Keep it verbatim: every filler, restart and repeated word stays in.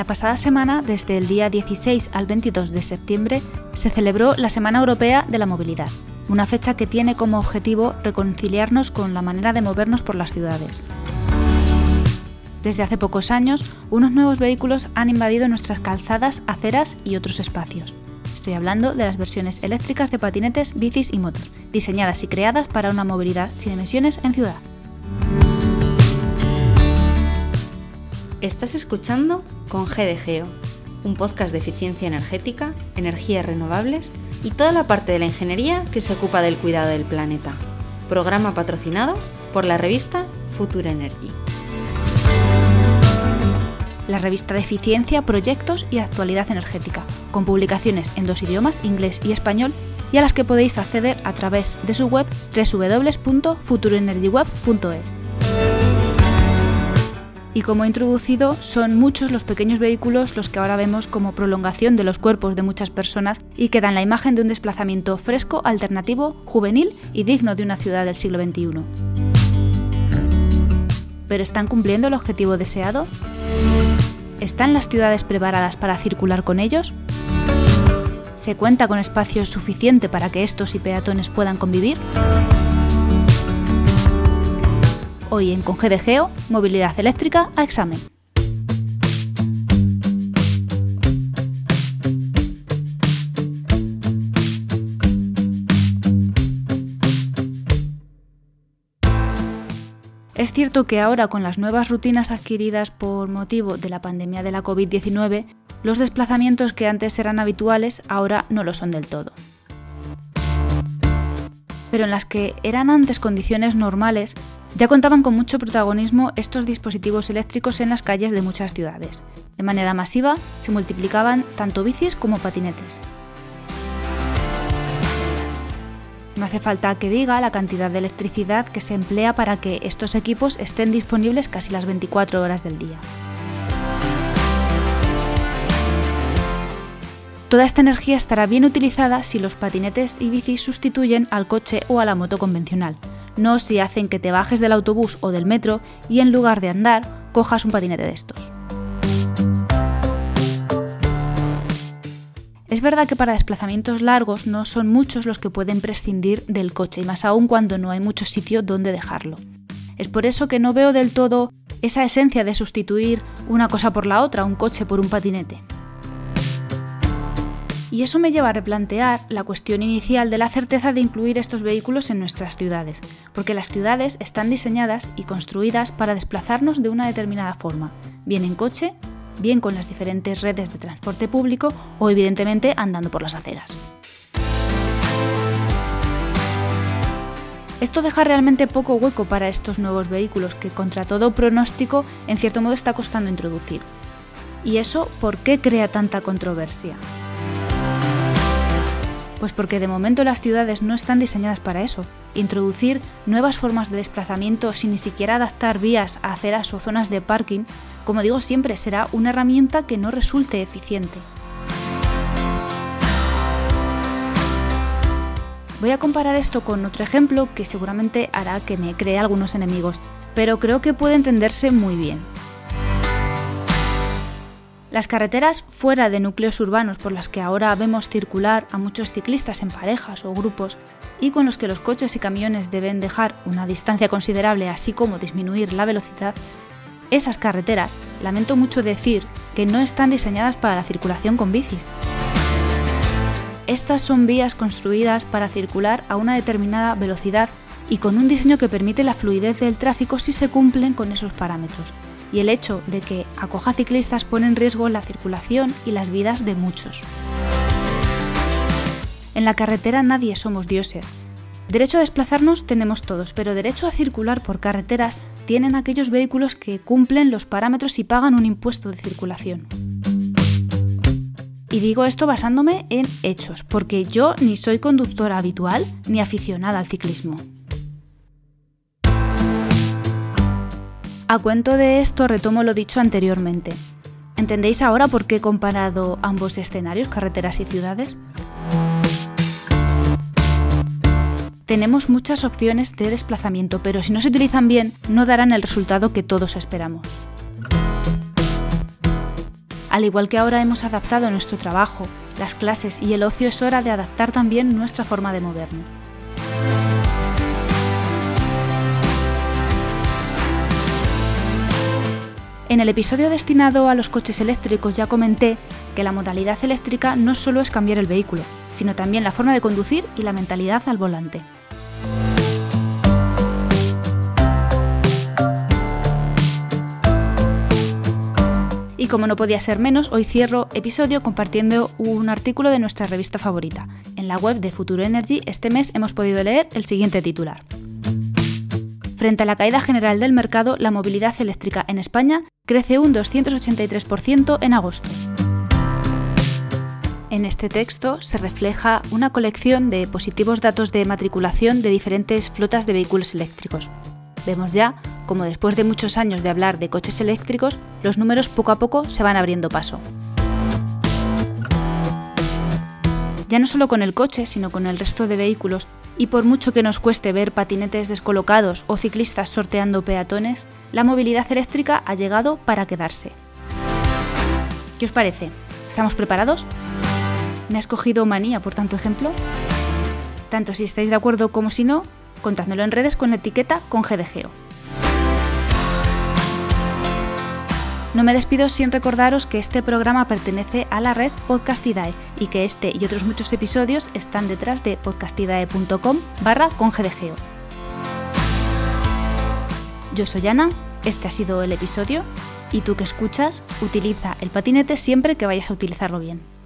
La pasada semana, desde el día dieciséis al veintidós de septiembre, se celebró la Semana Europea de la Movilidad, una fecha que tiene como objetivo reconciliarnos con la manera de movernos por las ciudades. Desde hace pocos años, unos nuevos vehículos han invadido nuestras calzadas, aceras y otros espacios. Estoy hablando de las versiones eléctricas de patinetes, bicis y motos, diseñadas y creadas para una movilidad sin emisiones en ciudad. Estás escuchando Con G de Geo, un podcast de eficiencia energética, energías renovables y toda la parte de la ingeniería que se ocupa del cuidado del planeta. Programa patrocinado por la revista Future Energy. La revista de eficiencia, proyectos y actualidad energética, con publicaciones en dos idiomas, inglés y español, y a las que podéis acceder a través de su web doble u doble u doble u punto future energy web punto es. Y como he introducido, son muchos los pequeños vehículos los que ahora vemos como prolongación de los cuerpos de muchas personas y que dan la imagen de un desplazamiento fresco, alternativo, juvenil y digno de una ciudad del siglo veintiuno. ¿Pero están cumpliendo el objetivo deseado? ¿Están las ciudades preparadas para circular con ellos? ¿Se cuenta con espacio suficiente para que estos y peatones puedan convivir? Hoy en Con G de Geo, movilidad eléctrica a examen. Es cierto que ahora, con las nuevas rutinas adquiridas por motivo de la pandemia de la covid diecinueve, los desplazamientos que antes eran habituales ahora no lo son del todo. Pero en las que eran antes condiciones normales, ya contaban con mucho protagonismo estos dispositivos eléctricos en las calles de muchas ciudades. De manera masiva se multiplicaban tanto bicis como patinetes. No hace falta que diga la cantidad de electricidad que se emplea para que estos equipos estén disponibles casi las veinticuatro horas del día. Toda esta energía estará bien utilizada si los patinetes y bicis sustituyen al coche o a la moto convencional, no si hacen que te bajes del autobús o del metro y en lugar de andar, cojas un patinete de estos. Es verdad que para desplazamientos largos no son muchos los que pueden prescindir del coche, y más aún cuando no hay mucho sitio donde dejarlo. Es por eso que no veo del todo esa esencia de sustituir una cosa por la otra, un coche por un patinete. Y eso me lleva a replantear la cuestión inicial de la certeza de incluir estos vehículos en nuestras ciudades, porque las ciudades están diseñadas y construidas para desplazarnos de una determinada forma, bien en coche, bien con las diferentes redes de transporte público o evidentemente andando por las aceras. Esto deja realmente poco hueco para estos nuevos vehículos que, contra todo pronóstico, en cierto modo está costando introducir. ¿Y eso por qué crea tanta controversia? Pues porque de momento las ciudades no están diseñadas para eso. Introducir nuevas formas de desplazamiento sin ni siquiera adaptar vías a aceras o zonas de parking, como digo siempre, será una herramienta que no resulte eficiente. Voy a comparar esto con otro ejemplo que seguramente hará que me cree algunos enemigos, pero creo que puede entenderse muy bien. Las carreteras fuera de núcleos urbanos por las que ahora vemos circular a muchos ciclistas en parejas o grupos y con los que los coches y camiones deben dejar una distancia considerable así como disminuir la velocidad, esas carreteras, lamento mucho decir que no están diseñadas para la circulación con bicis. Estas son vías construidas para circular a una determinada velocidad y con un diseño que permite la fluidez del tráfico si se cumplen con esos parámetros. Y el hecho de que acoja ciclistas pone en riesgo la circulación y las vidas de muchos. En la carretera nadie somos dioses. Derecho a desplazarnos tenemos todos, pero derecho a circular por carreteras tienen aquellos vehículos que cumplen los parámetros y pagan un impuesto de circulación. Y digo esto basándome en hechos, porque yo ni soy conductora habitual ni aficionada al ciclismo. A cuento de esto retomo lo dicho anteriormente. ¿Entendéis ahora por qué he comparado ambos escenarios, carreteras y ciudades? Tenemos muchas opciones de desplazamiento, pero si no se utilizan bien, no darán el resultado que todos esperamos. Al igual que ahora hemos adaptado nuestro trabajo, las clases y el ocio, es hora de adaptar también nuestra forma de movernos. En el episodio destinado a los coches eléctricos ya comenté que la modalidad eléctrica no solo es cambiar el vehículo, sino también la forma de conducir y la mentalidad al volante. Y como no podía ser menos, hoy cierro episodio compartiendo un artículo de nuestra revista favorita. En la web de Futuro Energy este mes hemos podido leer el siguiente titular. Frente a la caída general del mercado, la movilidad eléctrica en España crece un doscientos ochenta y tres por ciento en agosto. En este texto se refleja una colección de positivos datos de matriculación de diferentes flotas de vehículos eléctricos. Vemos ya cómo después de muchos años de hablar de coches eléctricos, los números poco a poco se van abriendo paso. Ya no solo con el coche, sino con el resto de vehículos, y por mucho que nos cueste ver patinetes descolocados o ciclistas sorteando peatones, la movilidad eléctrica ha llegado para quedarse. ¿Qué os parece? ¿Estamos preparados? ¿Me has cogido manía por tanto ejemplo? Tanto si estáis de acuerdo como si no, contádmelo en redes con la etiqueta con G D Geo. No me despido sin recordaros que este programa pertenece a la red Podcastidae y que este y otros muchos episodios están detrás de podcastidae.com barra con G D Geo. Yo soy Ana, este ha sido el episodio y tú que escuchas, utiliza el patinete siempre que vayas a utilizarlo bien.